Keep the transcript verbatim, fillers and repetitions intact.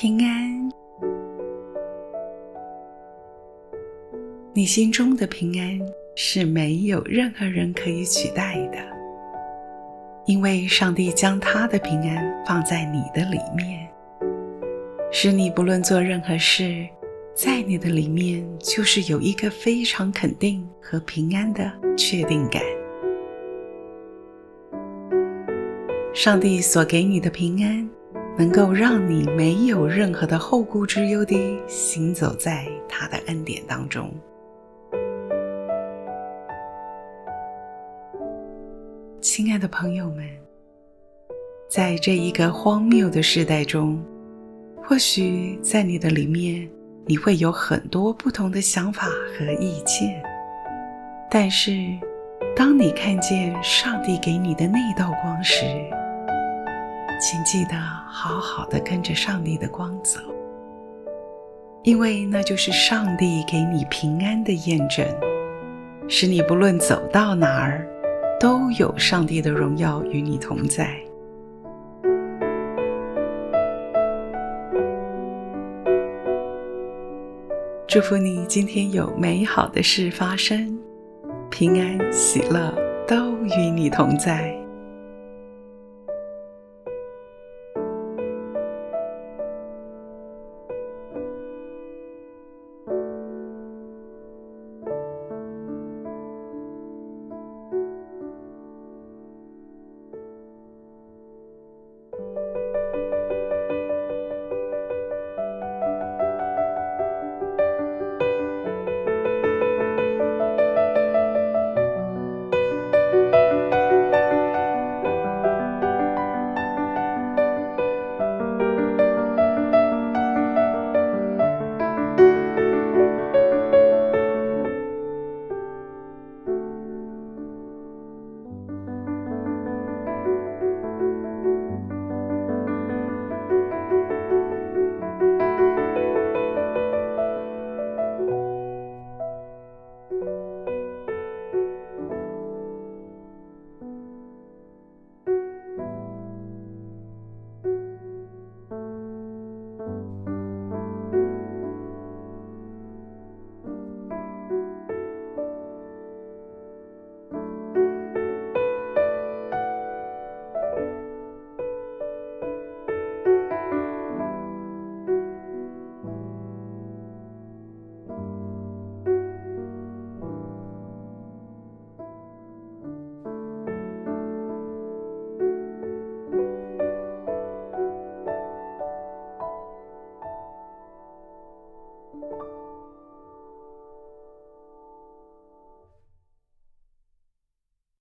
平安。你心中的平安是没有任何人可以取代的，因为上帝将他的平安放在你的里面，使你不论做任何事，在你的里面就是有一个非常肯定和平安的确定感。上帝所给你的平安，能够让你没有任何的后顾之忧地行走在他的恩典当中。亲爱的朋友们，在这一个荒谬的时代中，或许在你的里面你会有很多不同的想法和意见，但是当你看见上帝给你的那道光时，请记得好好的跟着上帝的光走，因为那就是上帝给你平安的验证，使你不论走到哪儿，都有上帝的荣耀与你同在。祝福你今天有美好的事发生，平安喜乐都与你同在。